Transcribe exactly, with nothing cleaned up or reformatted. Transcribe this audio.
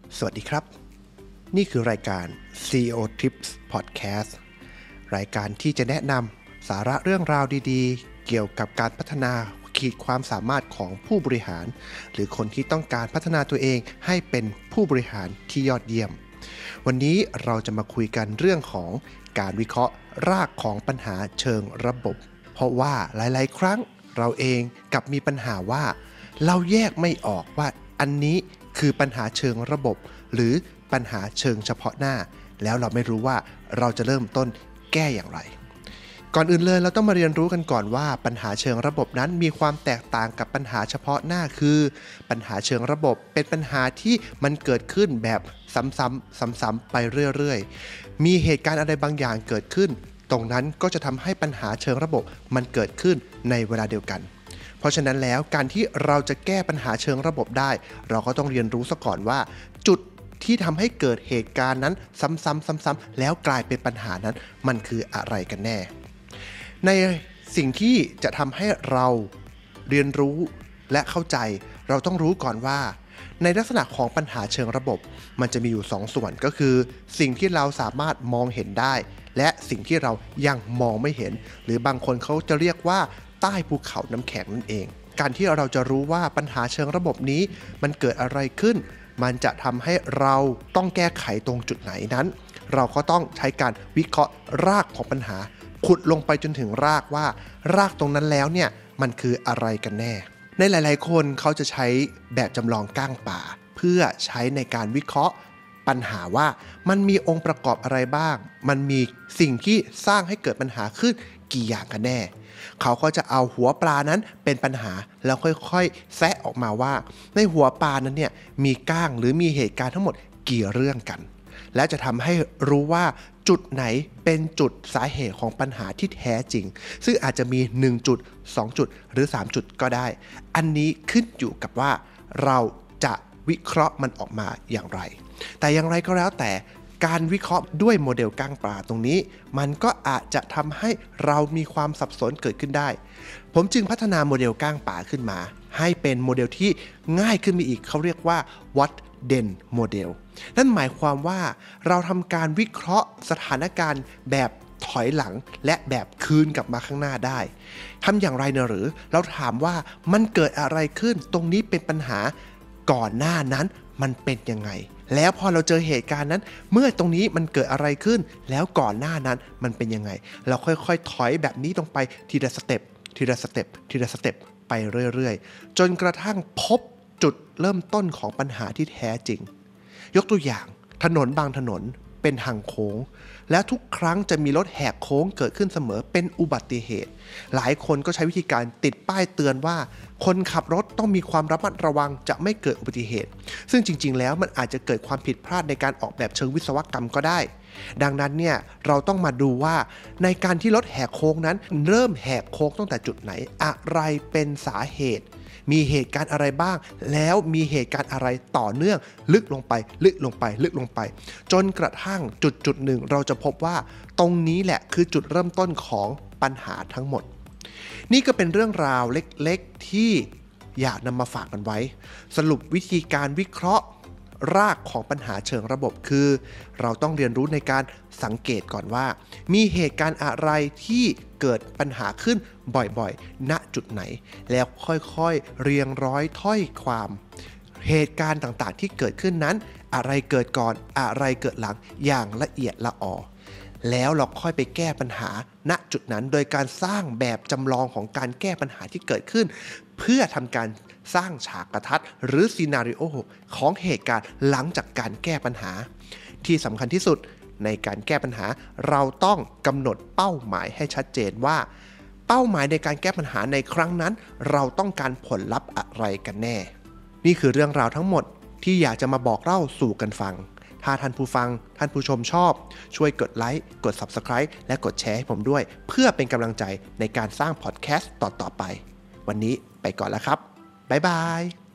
สวัสดีครับนี่คือรายการ ซี อี โอ Tips Podcast รายการที่จะแนะนำสาระเรื่องราวดีๆเกี่ยวกับการพัฒนาขีดความสามารถของผู้บริหารหรือคนที่ต้องการพัฒนาตัวเองให้เป็นผู้บริหารที่ยอดเยี่ยมวันนี้เราจะมาคุยกันเรื่องของการวิเคราะห์รากของปัญหาเชิงระบบเพราะว่าหลายๆครั้งเราเองกลับมีปัญหาว่าเราแยกไม่ออกว่าอันนี้คือปัญหาเชิงระบบหรือปัญหาเชิงเฉพาะหน้าแล้วเราไม่รู้ว่าเราจะเริ่มต้นแก้อย่างไรก่อนอื่นเลยเราต้องมาเรียนรู้กันก่อนว่าปัญหาเชิงระบบนั้นมีความแตกต่างกับปัญหาเฉพาะหน้าคือปัญหาเชิงระบบเป็นปัญหาที่มันเกิดขึ้นแบบซ้ำๆซ้ำๆไปเรื่อยๆมีเหตุการณ์อะไรบางอย่างเกิดขึ้นตรงนั้นก็จะทำให้ปัญหาเชิงระบบมันเกิดขึ้นในเวลาเดียวกันเพราะฉะนั้นแล้วการที่เราจะแก้ปัญหาเชิงระบบได้เราก็ต้องเรียนรู้ซะก่อนว่าจุดที่ทำให้เกิดเหตุการณ์นั้นซ้ำๆซ้ำๆแล้วกลายเป็นปัญหานั้นมันคืออะไรกันแน่ในสิ่งที่จะทำให้เราเรียนรู้และเข้าใจเราต้องรู้ก่อนว่าในลักษณะของปัญหาเชิงระบบมันจะมีอยู่สองส่วนก็คือสิ่งที่เราสามารถมองเห็นได้และสิ่งที่เรายังมองไม่เห็นหรือบางคนเขาจะเรียกว่าใต้ภูเขาน้ำแข็งนั่นเองการที่เราจะรู้ว่าปัญหาเชิงระบบนี้มันเกิดอะไรขึ้นมันจะทำให้เราต้องแก้ไขตรงจุดไหนนั้นเราก็ต้องใช้การวิเคราะห์รากของปัญหาขุดลงไปจนถึงรากว่ารากตรงนั้นแล้วเนี่ยมันคืออะไรกันแน่ในหลายๆคนเขาจะใช้แบบจำลองก้างป่าเพื่อใช้ในการวิเคราะห์ปัญหาว่ามันมีองค์ประกอบอะไรบ้างมันมีสิ่งที่สร้างให้เกิดปัญหาขึ้นกี่อย่างกันแน่เขาก็จะเอาหัวปลานั้นเป็นปัญหาแล้วค่อยๆแซะออกมาว่าในหัวปลานั้นเนี่ยมีก้างหรือมีเหตุการณ์ทั้งหมดกี่เรื่องกันและจะทำให้รู้ว่าจุดไหนเป็นจุดสาเหตุของปัญหาที่แท้จริงซึ่งอาจจะมีหนึ่งจุดสองจุดหรือสามจุดก็ได้อันนี้ขึ้นอยู่กับว่าเราจะวิเคราะห์มันออกมาอย่างไรแต่อย่างไรก็แล้วแต่การวิเคราะห์ด้วยโมเดลก้างปลาตรงนี้มันก็อาจจะทำให้เรามีความสับสนเกิดขึ้นได้ผมจึงพัฒนาโมเดลก้างปลาขึ้นมาให้เป็นโมเดลที่ง่ายขึ้นไปอีกเขาเรียกว่า What Then Model นั่นหมายความว่าเราทำการวิเคราะห์สถานการณ์แบบถอยหลังและแบบคืนกลับมาข้างหน้าได้ทำอย่างไรเนอะหรือเราถามว่ามันเกิดอะไรขึ้นตรงนี้เป็นปัญหาก่อนหน้านั้นมันเป็นยังไงแล้วพอเราเจอเหตุการณ์นั้นเมื่อตรงนี้มันเกิดอะไรขึ้นแล้วก่อนหน้านั้นมันเป็นยังไงเราค่อยๆถอยแบบนี้ตรงไปทีละสเต็ปทีละสเต็ปทีละสเต็ปไปเรื่อยๆจนกระทั่งพบจุดเริ่มต้นของปัญหาที่แท้จริงยกตัวอย่างถนนบางถนนเป็นทางโค้งและทุกครั้งจะมีรถแหกโค้งเกิดขึ้นเสมอเป็นอุบัติเหตุหลายคนก็ใช้วิธีการติดป้ายเตือนว่าคนขับรถต้องมีความระมัดระวังจะไม่เกิดอุบัติเหตุซึ่งจริงๆแล้วมันอาจจะเกิดความผิดพลาดในการออกแบบเชิงวิศวกรรมก็ได้ดังนั้นเนี่ยเราต้องมาดูว่าในการที่รถแหกโค้งนั้นเริ่มแหกโค้งตั้งแต่จุดไหนอะไรเป็นสาเหตุมีเหตุการณ์อะไรบ้างแล้วมีเหตุการณ์อะไรต่อเนื่องลึกลงไปลึกลงไปลึกลงไปจนกระทั่งจุดจุดหนึ่งเราจะพบว่าตรงนี้แหละคือจุดเริ่มต้นของปัญหาทั้งหมดนี่ก็เป็นเรื่องราวเล็กๆที่อยากนำมาฝากกันไว้สรุปวิธีการวิเคราะห์รากของปัญหาเชิงระบบคือเราต้องเรียนรู้ในการสังเกตก่อนว่ามีเหตุการณ์อะไรที่เกิดปัญหาขึ้นบ่อยๆณจุดไหนแล้วค่อยๆเรียงร้อยถ้อยความเหตุการณ์ต่างๆที่เกิดขึ้นนั้นอะไรเกิดก่อนอะไรเกิดหลังอย่างละเอียดละออแล้วเราค่อยไปแก้ปัญหาณจุดนั้นโดยการสร้างแบบจำลองของการแก้ปัญหาที่เกิดขึ้นเพื่อทำการสร้างฉากทัศน์หรือซีนาริโอของเหตุการณ์หลังจากการแก้ปัญหาที่สำคัญที่สุดในการแก้ปัญหาเราต้องกำหนดเป้าหมายให้ชัดเจนว่าเป้าหมายในการแก้ปัญหาในครั้งนั้นเราต้องการผลลัพธ์อะไรกันแน่นี่คือเรื่องราวทั้งหมดที่อยากจะมาบอกเล่าสู่กันฟังถ้าท่านผู้ฟังท่านผู้ชมชอบช่วยกดไลค์กด Subscribe และกดแชร์ให้ผมด้วยเพื่อเป็นกำลังใจในการสร้างพอดแคสต์ต่อๆไปวันนี้ไปก่อนแล้วครับบ๊ายบาย